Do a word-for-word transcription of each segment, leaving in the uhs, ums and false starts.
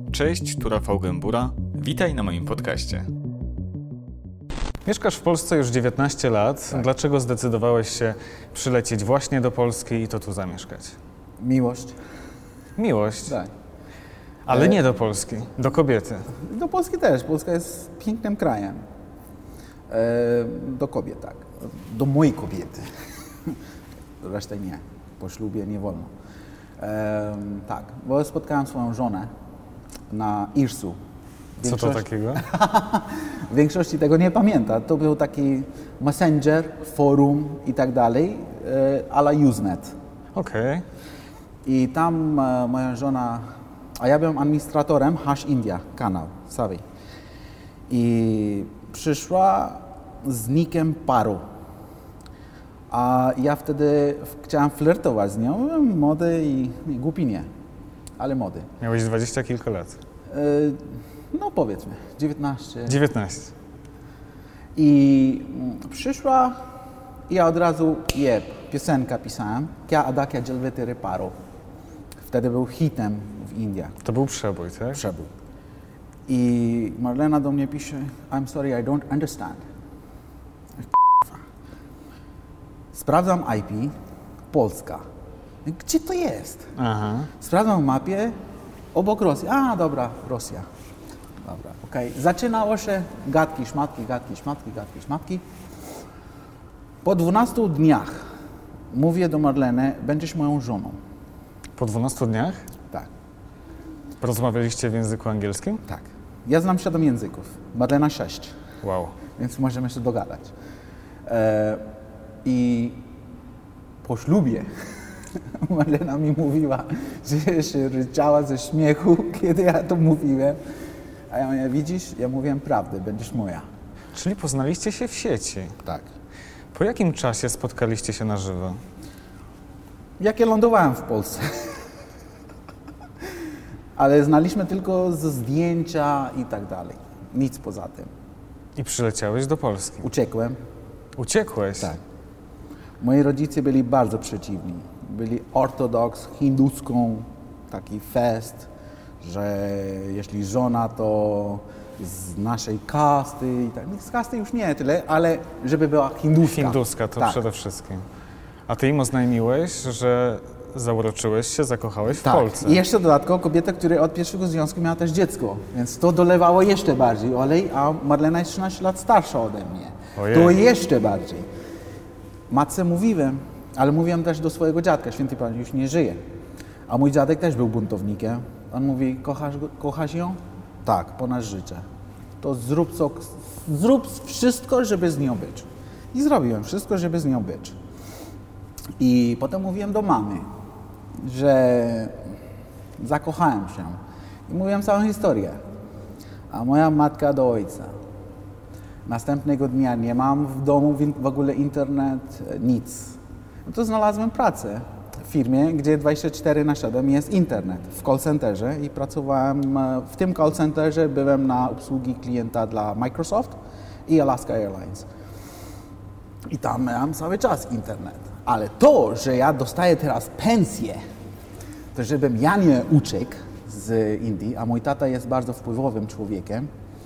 Cześć, tu Rafał Gębura. Witaj na moim podcaście. Mieszkasz w Polsce już dziewiętnaście lat. Tak. Dlaczego zdecydowałeś się przylecieć właśnie do Polski i to tu zamieszkać? Miłość. Miłość? Tak. Ale e... nie do Polski, do kobiety. Do Polski też. Polska jest pięknym krajem. E... Do kobiet, tak. Do mojej kobiety. Resztę nie. Po ślubie nie wolno. E... Tak, bo spotkałem swoją żonę na Irsu. Większość... Co to takiego? W większości tego nie pamięta. To był taki messenger, forum i tak dalej, ale Usenet. Okej. Okay. I tam e, moja żona, a ja byłem administratorem Hash India, kanał, Savi. I przyszła z nickiem Paru. A ja wtedy chciałem flirtować z nią, mody i, i głupinie, ale mody. Miałeś dwadzieścia kilka lat. E, no powiedzmy, dziewiętnaście. dziewiętnaście. I przyszła i ja od razu, jeb, piosenkę pisałem, Kya Ada Kya Jalve Tere Paro. Wtedy był hitem w Indiach. To był przebój, tak? Przebój. I Marlena do mnie pisze, I'm sorry, I don't understand. Sprawdzam I P, Polska. Gdzie to jest? Aha. Sprawdzam w mapie, obok Rosji. A, dobra, Rosja. Dobra, okej. Okay. Zaczynało się gadki, szmatki, gadki, szmatki, gadki, szmatki. Po dwunastu dniach mówię do Marleny, będziesz moją żoną. Po dwunastu dniach? Tak. Rozmawialiście w języku angielskim? Tak. Ja znam siedem języków, Marlena sześć. Wow. Więc możemy się dogadać. E, I po ślubie Marlena mi mówiła, że się ryczała ze śmiechu, kiedy ja to mówiłem. A ja mówię, widzisz, ja mówiłem prawdę, będziesz moja. Czyli poznaliście się w sieci? Tak. Po jakim czasie spotkaliście się na żywo? Jak ja lądowałem w Polsce. Ale znaliśmy tylko ze zdjęcia i tak dalej. Nic poza tym. I przyleciałeś do Polski? Uciekłem. Uciekłeś? Tak. Moi rodzice byli bardzo przeciwni. Byli ortodoks, hinduską, taki fest, że jeśli żona to z naszej kasty i tak. Z kasty już nie tyle, ale żeby była hinduska. Hinduska to tak. Przede wszystkim. A ty im oznajmiłeś, że zauroczyłeś się, zakochałeś w tak. Polsce. I jeszcze dodatkowo kobieta, która od pierwszego związku miała też dziecko, więc to dolewało jeszcze bardziej olej, a Marlena jest trzynaście lat starsza ode mnie. Ojej. To jeszcze bardziej. Matce mówiłem, ale mówiłem też do swojego dziadka, święty Pan już nie żyje. A mój dziadek też był buntownikiem. On mówi, kochasz, kochasz ją? Tak, ponad życie. To zrób, co, zrób wszystko, żeby z nią być. I zrobiłem wszystko, żeby z nią być. I potem mówiłem do mamy, że zakochałem się. I mówiłem całą historię. A moja matka do ojca. Następnego dnia nie mam w domu w ogóle internet, nic. No to znalazłem pracę w firmie, gdzie dwadzieścia cztery na siedem jest internet w call centerze i pracowałem w tym call centerze, byłem na obsługi klienta dla Microsoft i Alaska Airlines. I tam miałem cały czas internet. Ale to, że ja dostaję teraz pensję, to żebym ja nie uciekł z Indii, a mój tata jest bardzo wpływowym człowiekiem,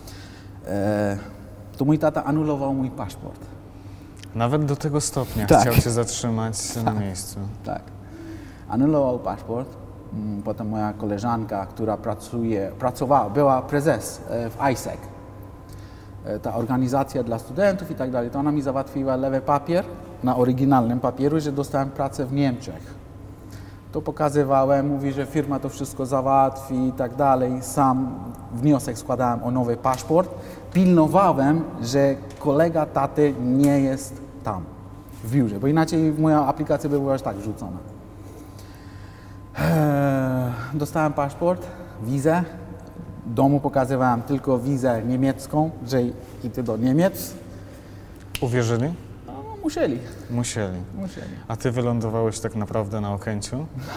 e, to mój tata anulował mój paszport. Nawet do tego stopnia tak. chciał cię zatrzymać tak. na miejscu. Tak. Anulował paszport. Potem moja koleżanka, która pracuje, pracowała, była prezes w I S E C. Ta organizacja dla studentów i tak dalej, to ona mi załatwiła lewy papier na oryginalnym papieru, że dostałem pracę w Niemczech. To pokazywałem, mówi, że firma to wszystko załatwi i tak dalej. Sam wniosek składałem o nowy paszport. Pilnowałem, że kolega taty nie jest tam, w biurze, bo inaczej moja aplikacja by była już tak wrzucona. Eee, dostałem paszport, wizę. W domu pokazywałem tylko wizę niemiecką, że idę do Niemiec. Uwierzyli? No, musieli. Musieli. Musieli. A ty wylądowałeś tak naprawdę na Okęciu?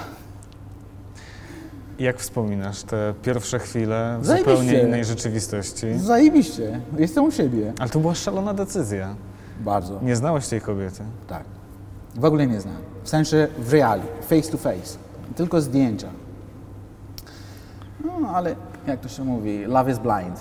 Jak wspominasz te pierwsze chwile w Zajebiście. zupełnie innej rzeczywistości? Zajebiście. Jestem u siebie. Ale to była szalona decyzja. Bardzo. Nie znałeś tej kobiety? Tak. W ogóle nie znam. W sensie w reali, face to face. Tylko zdjęcia. No, No ale jak to się mówi, love is blind.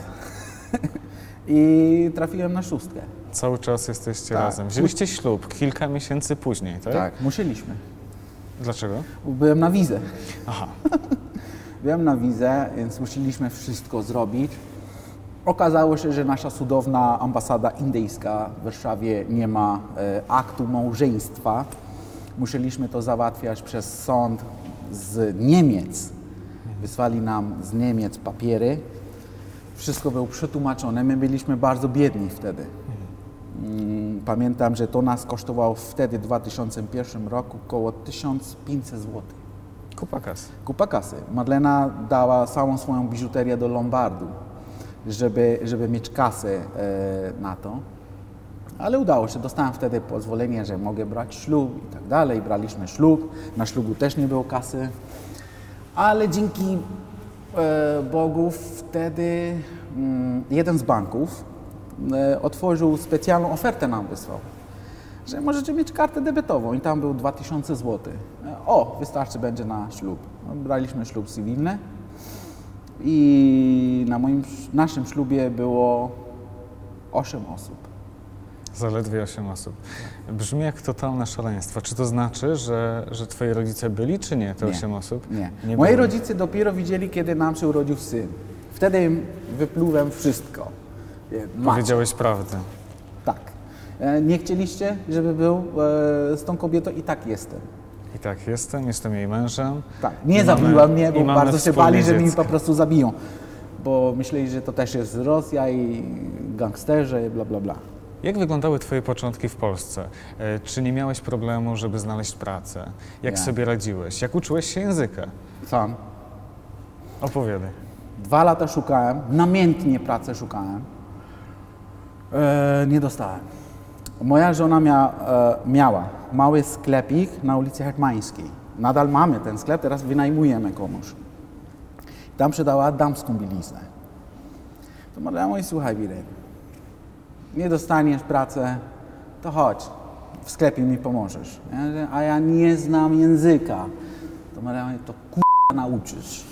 I trafiłem na szóstkę. Cały czas jesteście Tak. razem. Wzięliście ślub kilka miesięcy później, tak? Tak, musieliśmy. Dlaczego? Byłem na wizę. Aha. Byłem na wizę, więc musieliśmy wszystko zrobić. Okazało się, że nasza cudowna ambasada indyjska w Warszawie nie ma e, aktu małżeństwa. Musieliśmy to załatwiać przez sąd z Niemiec. Wysłali nam z Niemiec papiery. Wszystko było przetłumaczone. My byliśmy bardzo biedni wtedy. Mm, Pamiętam, że to nas kosztowało wtedy, w dwa tysiące pierwszym roku, około tysiąc pięćset złotych. Kupa kasy. Kupa kasy. Madlena dała całą swoją biżuterię do Lombardu, żeby, żeby mieć kasę e, na to. Ale udało się. Dostałem wtedy pozwolenie, że mogę brać ślub i tak dalej. Braliśmy ślub. Na ślubu też nie było kasy. Ale dzięki e, Bogu wtedy mm, jeden z banków e, otworzył specjalną ofertę, nam wysłał, że możecie mieć kartę debetową i tam był dwa tysiące złotych. O, wystarczy będzie na ślub. No, braliśmy ślub cywilny i na moim, naszym ślubie było osiem osób. Zaledwie osiem osób. Brzmi jak totalne szaleństwo. Czy to znaczy, że, że twoi rodzice byli, czy nie, te Nie. osiem osób? Nie. Nie Moi byli. rodzice dopiero widzieli, kiedy nam się urodził syn. Wtedy im wyplułem wszystko. Macie. Powiedziałeś prawdę. Tak. E, Nie chcieliście, żeby był e, z tą kobietą i tak jestem. I tak jestem, jestem jej mężem. Tak. Nie I zabiła mamy- mnie, i bo mamy bardzo się wspólne bali, że mi dziecko. po prostu zabiją. Bo myśleli, że to też jest Rosja i gangsterzy, bla, bla, bla. Jak wyglądały twoje początki w Polsce? E, Czy nie miałeś problemu, żeby znaleźć pracę? Jak Nie. sobie radziłeś? Jak uczyłeś się języka? Sam. Opowiadaj. Dwa lata szukałem, namiętnie pracę szukałem. E, nie dostałem. Moja żona mia, e, miała mały sklepik na ulicy Hetmańskiej. Nadal mamy ten sklep, teraz wynajmujemy komuś. Tam sprzedała damską bieliznę. To Maria mówi, słuchaj Wirek, nie dostaniesz pracy, to chodź, w sklepie mi pomożesz. Ja mówię, a ja nie znam języka. To Maria mówi, to k***a nauczysz.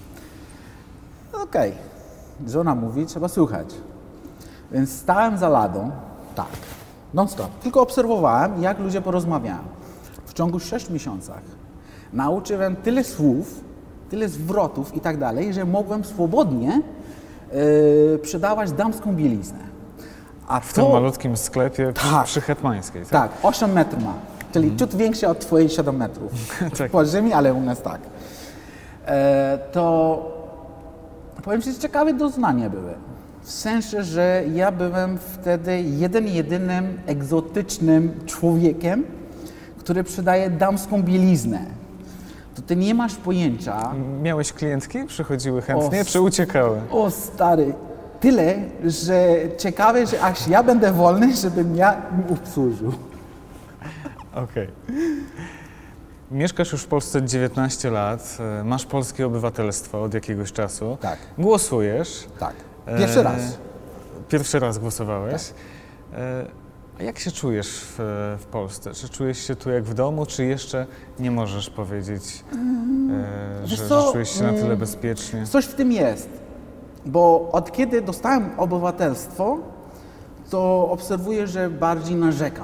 Okej. Żona mówi, trzeba słuchać. Więc stałem za ladą, tak, non stop. Tylko obserwowałem, jak ludzie porozmawiają. W ciągu sześciu miesiącach nauczyłem tyle słów, tyle zwrotów i tak dalej, że mogłem swobodnie yy, sprzedawać damską bieliznę. A W tym malutkim sklepie Tak. przy Hetmańskiej, tak? Tak, osiem metrów ma, czyli ciut większe od twojej siedem metrów. Tak. Po ziemi, ale u nas tak. E, to powiem Ci, że ciekawe doznania były. W sensie, że ja byłem wtedy jeden jedynym egzotycznym człowiekiem, który sprzedaje damską bieliznę. To Ty nie masz pojęcia. Miałeś klientki? Przychodziły chętnie, O, czy uciekały? O stary, tyle, że ciekawe, że aż ja będę wolny, żebym ja im obsłużył. Okej. Mieszkasz już w Polsce dziewiętnaście lat, e, masz polskie obywatelstwo od jakiegoś czasu. Tak. Głosujesz. Tak. Pierwszy E, raz. Pierwszy raz głosowałeś. E, A jak się czujesz w, w Polsce? Czy czujesz się tu jak w domu, czy jeszcze nie możesz powiedzieć, e, wiesz że, co, że czujesz się na tyle mm, bezpiecznie? Coś w tym jest, bo od kiedy dostałem obywatelstwo, to obserwuję, że bardziej narzekam.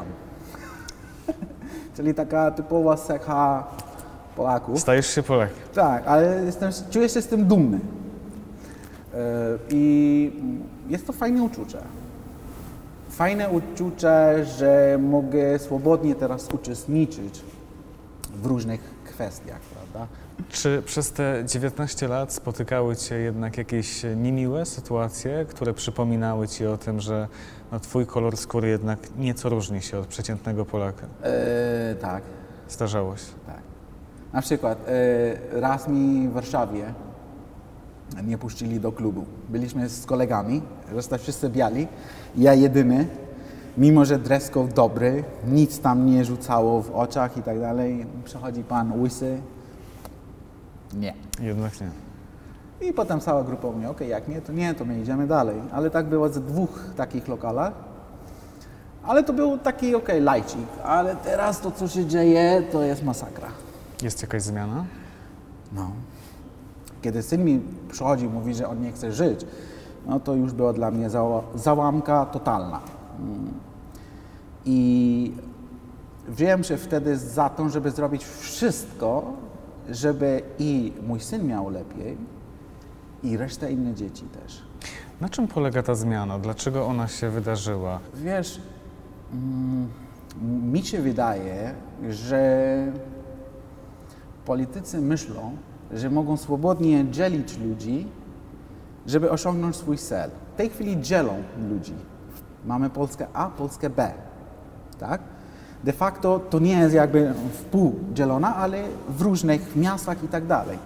Czyli taka typowa cecha Polaków. Stajesz się Polakiem. Tak, ale jestem, czuję się z tym dumny. Yy, I jest to fajne uczucie. Fajne uczucie, że mogę swobodnie teraz uczestniczyć w różnych kwestiach, prawda? Czy przez te dziewiętnaście lat spotykały Cię jednak jakieś niemiłe sytuacje, które przypominały Ci o tym, że no, Twój kolor skóry jednak nieco różni się od przeciętnego Polaka? Yy, tak, Zdarzało się. tak. Na przykład yy, raz mi w Warszawie nie puścili do klubu. Byliśmy z kolegami, reszta wszyscy biali, ja jedyny, mimo że dress code dobry, nic tam nie rzucało w oczach i tak dalej. Przychodzi pan łysy, nie. Jednak nie. I potem cała grupa mówi, okej, jak nie, to nie, to my idziemy dalej. Ale tak było ze dwóch takich lokalach. Ale to był taki, okej, lajcik. Ale teraz to, co się dzieje, to jest masakra. Jest jakaś zmiana? No. kiedy syn mi przychodzi i mówi, że on nie chce żyć, no to już była dla mnie zała załamka totalna. I wziąłem się wtedy za to, żeby zrobić wszystko, żeby i mój syn miał lepiej, i reszta innych dzieci też. Na czym polega ta zmiana? Dlaczego ona się wydarzyła? Wiesz, mm, mi się wydaje, że politycy myślą, że mogą swobodnie dzielić ludzi, żeby osiągnąć swój cel. W tej chwili dzielą ludzi. Mamy Polskę A, Polskę B. Tak? De facto to nie jest jakby w pół dzielona, ale w różnych miastach i tak dalej.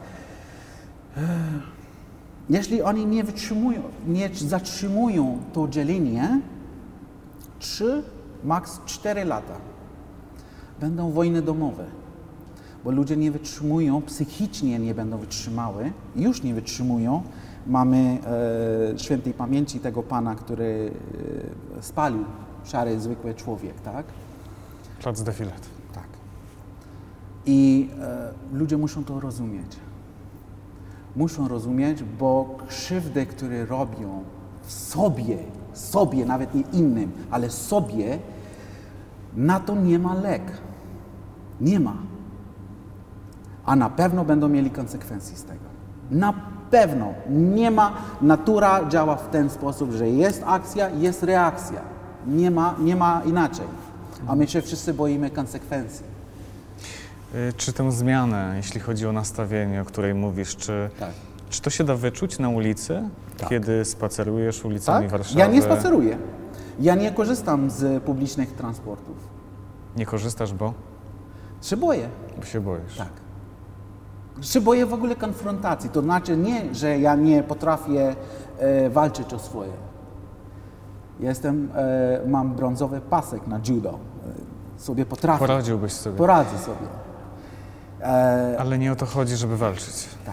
Jeśli oni nie wytrzymują, nie zatrzymują to dzielenie, trzy, maks cztery lata będą wojny domowe, bo ludzie nie wytrzymują, psychicznie nie będą wytrzymały, już nie wytrzymują. Mamy e, świętej pamięci tego pana, który e, spalił szary, zwykły człowiek, tak? Plac Defilat. Tak. I e, ludzie muszą to rozumieć. Muszą rozumieć, bo krzywdy, które robią sobie, sobie, nawet nie innym, ale sobie, na to nie ma lek. Nie ma. A na pewno będą mieli konsekwencje z tego. Na pewno. Nie ma. Natura działa w ten sposób, że jest akcja, jest reakcja. Nie ma, nie ma inaczej. A my się wszyscy boimy konsekwencji. Czy tę zmianę, jeśli chodzi o nastawienie, o której mówisz, czy, Tak. czy to się da wyczuć na ulicy, Tak. kiedy spacerujesz ulicami Tak? Warszawy? Ja nie spaceruję. Ja nie korzystam z publicznych transportów. Nie korzystasz, bo? Się boję. Bo się boisz. Tak. Się boję w ogóle konfrontacji. To znaczy nie, że ja nie potrafię e, walczyć o swoje. Jestem, e, mam brązowy pasek na judo. E, sobie potrafię. Poradziłbyś sobie. Poradzę sobie. E, Ale nie o to chodzi, żeby walczyć. tak.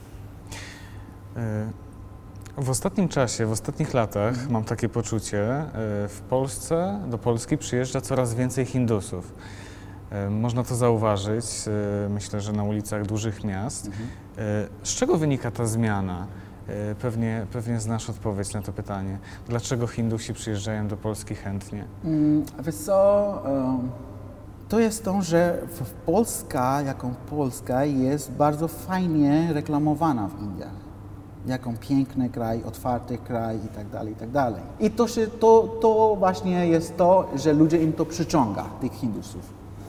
Y, W ostatnim czasie, w ostatnich latach Mhm. mam takie poczucie, y, w Polsce, do Polski przyjeżdża coraz więcej Hindusów. Y, Można to zauważyć, y, myślę, że na ulicach dużych miast. Mhm. Y, Z czego wynika ta zmiana? Y, Pewnie, pewnie znasz odpowiedź na to pytanie. Dlaczego Hindusi przyjeżdżają do Polski chętnie? Mm, wiesz co, em, to jest to, że w- w Polska, jaką Polska jest bardzo fajnie reklamowana w Indiach. Jaką piękny kraj, otwarty kraj i tak dalej, i tak dalej. I to, się, to, to właśnie jest to, że ludzie im to przyciąga, tych Hindusów.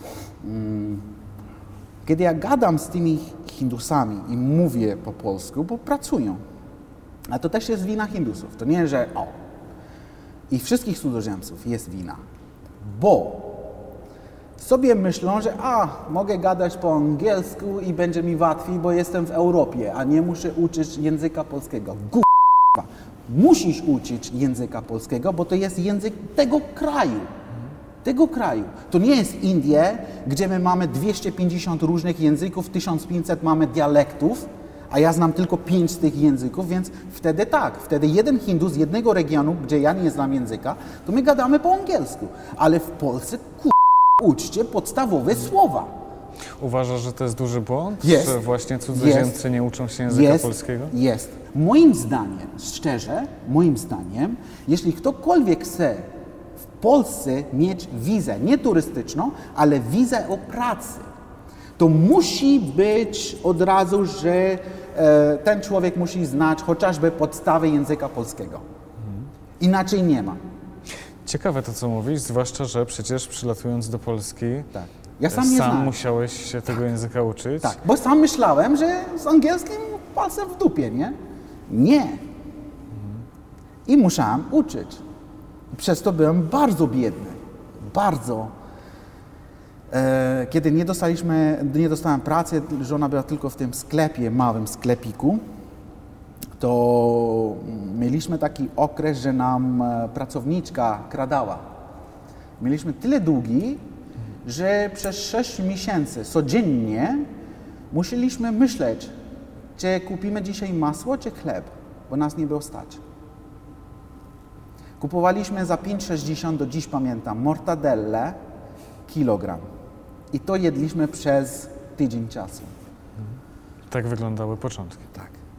Mm. Kiedy ja gadam z tymi Hindusami i mówię po polsku, bo pracują, a to też jest wina Hindusów. To nie, że o, i wszystkich cudzoziemców jest wina, bo sobie myślą, że a, mogę gadać po angielsku i będzie mi łatwiej, bo jestem w Europie, a nie muszę uczyć języka polskiego. G***a. Musisz uczyć języka polskiego, bo to jest język tego kraju. Tego kraju. To nie jest Indie, gdzie my mamy dwieście pięćdziesiąt różnych języków, tysiąc pięćset mamy dialektów, a ja znam tylko pięć z tych języków, więc wtedy tak, wtedy jeden Hindus z jednego regionu, gdzie ja nie znam języka, to my gadamy po angielsku. Ale w Polsce, ku... uczcie podstawowe słowa. Uważasz, że to jest duży błąd? Jest. Że właśnie cudzoziemcy Jest. nie uczą się języka Jest, polskiego? jest. Moim zdaniem, szczerze, moim zdaniem, jeśli ktokolwiek chce w Polsce mieć wizę, nie turystyczną, ale wizę o pracy, to musi być od razu, że e, ten człowiek musi znać chociażby podstawy języka polskiego. Inaczej nie ma. Ciekawe to, co mówisz, zwłaszcza, że przecież przylatując do Polski, Tak. Ja sam nie sam znam. musiałeś się tego języka uczyć. Tak, bo sam myślałem, że z angielskim palce w dupie, nie? Nie. I musiałem uczyć. Przez to byłem bardzo biedny. Bardzo. E, kiedy nie dostaliśmy, nie dostałem pracy, żona była tylko w tym sklepie, małym sklepiku, to mieliśmy taki okres, że nam e, pracowniczka kradała. Mieliśmy tyle długi, że przez sześć miesięcy codziennie musieliśmy myśleć, czy kupimy dzisiaj masło, czy chleb, bo nas nie było stać. Kupowaliśmy za pięć sześćdziesiąt, do dziś pamiętam, mortadelle, kilogram. I to jedliśmy przez tydzień czasu. Tak wyglądały początki. Tak.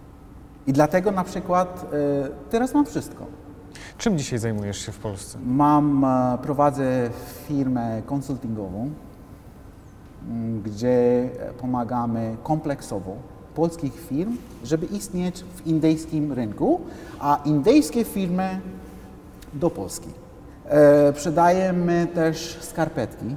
I dlatego na przykład e, teraz mam wszystko. Czym dzisiaj zajmujesz się w Polsce? Mam, e, prowadzę firmę konsultingową, m, gdzie pomagamy kompleksowo polskich firm, żeby istnieć w indyjskim rynku, a indyjskie firmy do Polski. E, sprzedajemy też skarpetki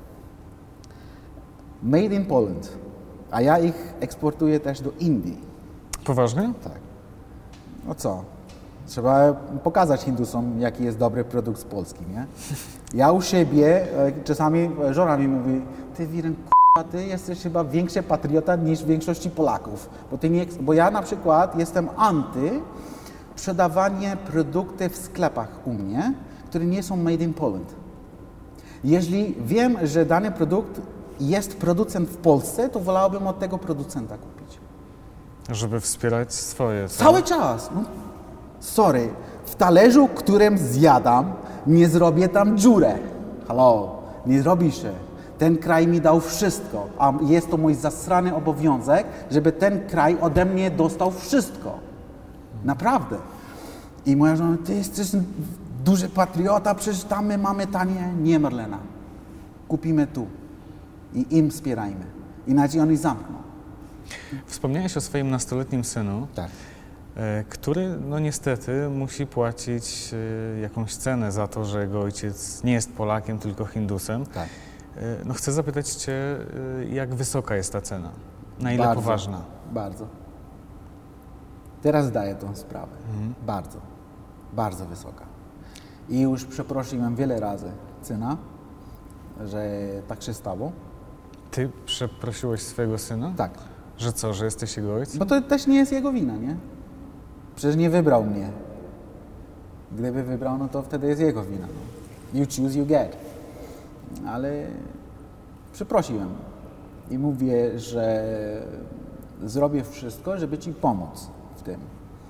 made in Poland, a ja ich eksportuję też do Indii. Poważnie? Tak. No co? Trzeba pokazać Hindusom, jaki jest dobry produkt z Polski, nie? Ja u siebie, e, czasami żona mi mówi, ty Wiren, k***a, ty jesteś chyba większy patriota niż większości Polaków, bo, ty nie, bo ja na przykład jestem anty sprzedawanie produktów w sklepach u mnie, które nie są made in Poland. Jeżeli wiem, że dany produkt jest producent w Polsce, to wolałbym od tego producenta kupić. Żeby wspierać swoje. Co? Cały czas. No, sorry, w talerzu, którym zjadam, nie zrobię tam dziurę. Halo, nie zrobi się. Ten kraj mi dał wszystko, a jest to mój zasrany obowiązek, żeby ten kraj ode mnie dostał wszystko. Naprawdę. I moja żona, ty jesteś duży patriota, przecież tam my mamy tanie. Nie, Marlena. Kupimy tu. I im wspierajmy. Inaczej oni zamkną. Wspomniałeś o swoim nastoletnim synu, Tak. e, który no niestety musi płacić e, jakąś cenę za to, że jego ojciec nie jest Polakiem, tylko Hindusem. Tak. E, no chcę zapytać Cię, e, jak wysoka jest ta cena? Na ile Bardzo, poważna? Bardzo. Teraz zdaję tą sprawę. Mhm. Bardzo. Bardzo wysoka. I już przeprosiłem wiele razy syna, że tak się stało. Ty przeprosiłeś swojego syna? Tak. Że co, że jesteś jego ojcem? Bo to też nie jest jego wina, nie? Przecież nie wybrał mnie. Gdyby wybrał, no to wtedy jest jego wina. No. You choose, you get. Ale przeprosiłem. I mówię, że zrobię wszystko, żeby ci pomóc w tym.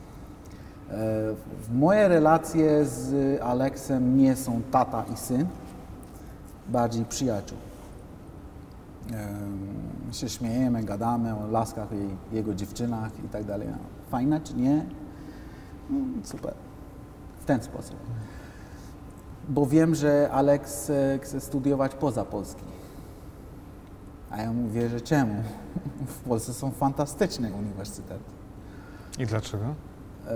E, Moje relacje z Aleksem nie są tata i syn, bardziej przyjaciół. E, się śmiejemy, gadamy o laskach i jego dziewczynach i tak dalej. Fajna czy nie? No, super. W ten sposób. Bo wiem, że Aleks chce studiować poza Polski. A ja mówię, że czemu? W Polsce są fantastyczne uniwersytety. I dlaczego? E,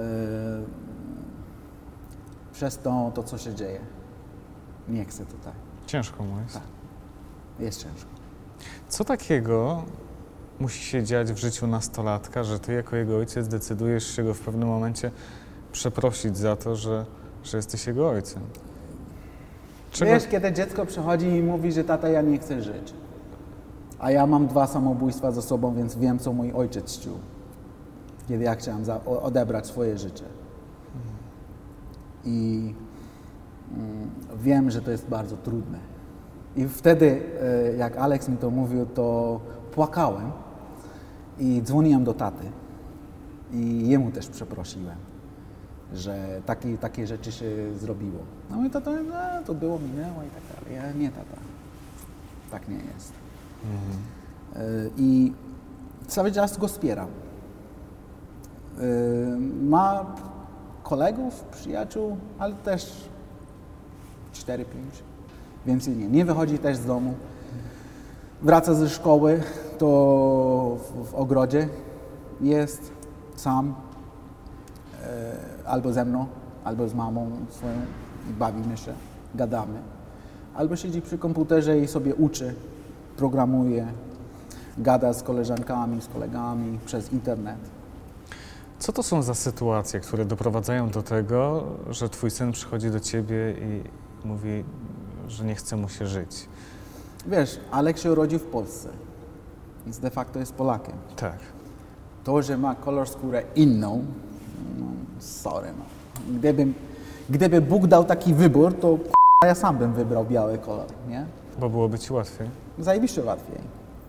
przez to, to, co się dzieje. Nie chcę tutaj. Ciężko mu jest. Tak. Jest ciężko. Co takiego musi się dziać w życiu nastolatka, że ty jako jego ojciec decydujesz się go w pewnym momencie przeprosić za to, że, że jesteś jego ojcem? Czego... Wiesz, kiedy dziecko przychodzi i mówi, że tata, ja nie chcę żyć. A ja mam dwa samobójstwa za sobą, więc wiem, co mój ojciec czuł. Kiedy ja chciałem za, o, odebrać swoje życie. Mhm. I mm, wiem, że to jest bardzo trudne. I wtedy, e, jak Aleks mi to mówił, to płakałem i dzwoniłem do taty. I jemu też przeprosiłem, że takie, takie rzeczy się zrobiło. No i tato, no, to było, minęło i tak dalej. Ja, nie, tata, tak nie jest. Mhm. E, I cały czas go wspieram. E, ma kolegów, przyjaciół, ale też cztery, pięć. Więcej nie. Nie wychodzi też z domu. Wraca ze szkoły, to w, w ogrodzie jest sam, e, albo ze mną, albo z mamą swoją i bawimy się, gadamy. Albo siedzi przy komputerze i sobie uczy, programuje, gada z koleżankami, z kolegami przez internet. Co to są za sytuacje, które doprowadzają do tego, że twój syn przychodzi do ciebie i mówi, że nie chce mu się żyć? Wiesz, Aleks się urodził w Polsce, więc de facto jest Polakiem. Tak. To, że ma kolor skóry inną, no, sorry, no. Gdyby, gdyby Bóg dał taki wybór, to k***a, ja sam bym wybrał biały kolor, nie? Bo byłoby ci łatwiej. Zajebiście łatwiej.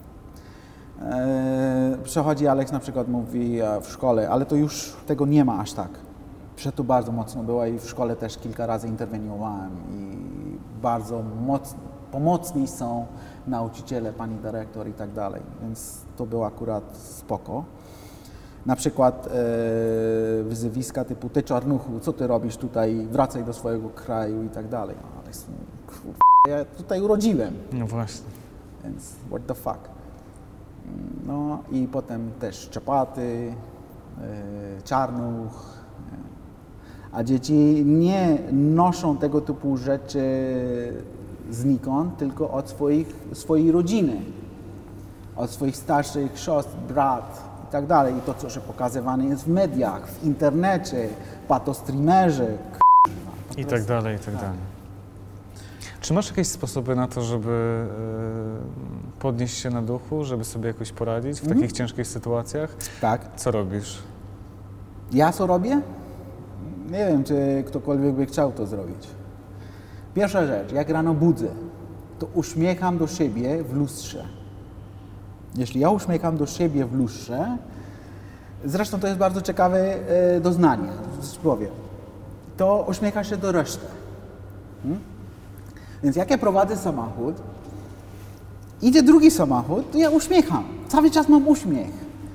Eee, przychodzi Aleks, na przykład mówi e, w szkole, ale to już tego nie ma aż tak. Przetu bardzo mocno była i w szkole też kilka razy interweniowałem i bardzo mocno, pomocni są nauczyciele, pani dyrektor i tak dalej, więc to było akurat spoko. Na przykład e, wyzywiska typu ty czarnuchu, co ty robisz tutaj, wracaj do swojego kraju i tak dalej. Ale kurwa, ja tutaj urodziłem, No właśnie. więc what the fuck. No i potem też czapaty, e, czarnuch. A dzieci nie noszą tego typu rzeczy znikąd, tylko od swoich, swojej rodziny, od swoich starszych siostr, brat i tak dalej. I to, co się pokazywane jest w mediach, w internecie, patostreamerzy, I tak dalej, i tak, tak. dalej. Czy masz jakieś sposoby na to, żeby y, podnieść się na duchu, żeby sobie jakoś poradzić w Mhm. takich ciężkich sytuacjach? Tak. Co robisz? Ja co robię? Nie wiem, czy ktokolwiek by chciał to zrobić. Pierwsza rzecz, jak rano budzę, to uśmiecham do siebie w lustrze. Jeśli ja uśmiecham do siebie w lustrze, zresztą to jest bardzo ciekawe e, doznanie, coś powiem, to uśmiecha się do reszty. Hmm? Więc jak ja prowadzę samochód, idzie drugi samochód, to ja uśmiecham. Cały czas mam uśmiech.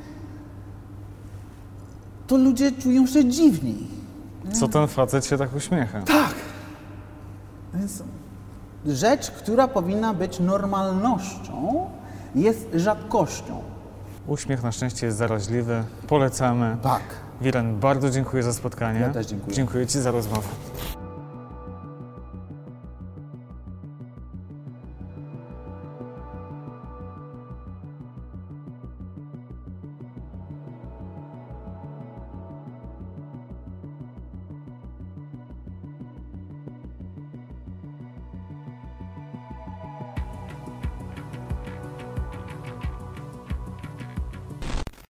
To ludzie czują się dziwni. Co ten facet się tak uśmiecha? Tak. Więc rzecz, która powinna być normalnością, jest rzadkością. Uśmiech na szczęście jest zaraźliwy. Polecamy. Tak. Wiran, bardzo dziękuję za spotkanie. Ja też dziękuję. Dziękuję Ci za rozmowę.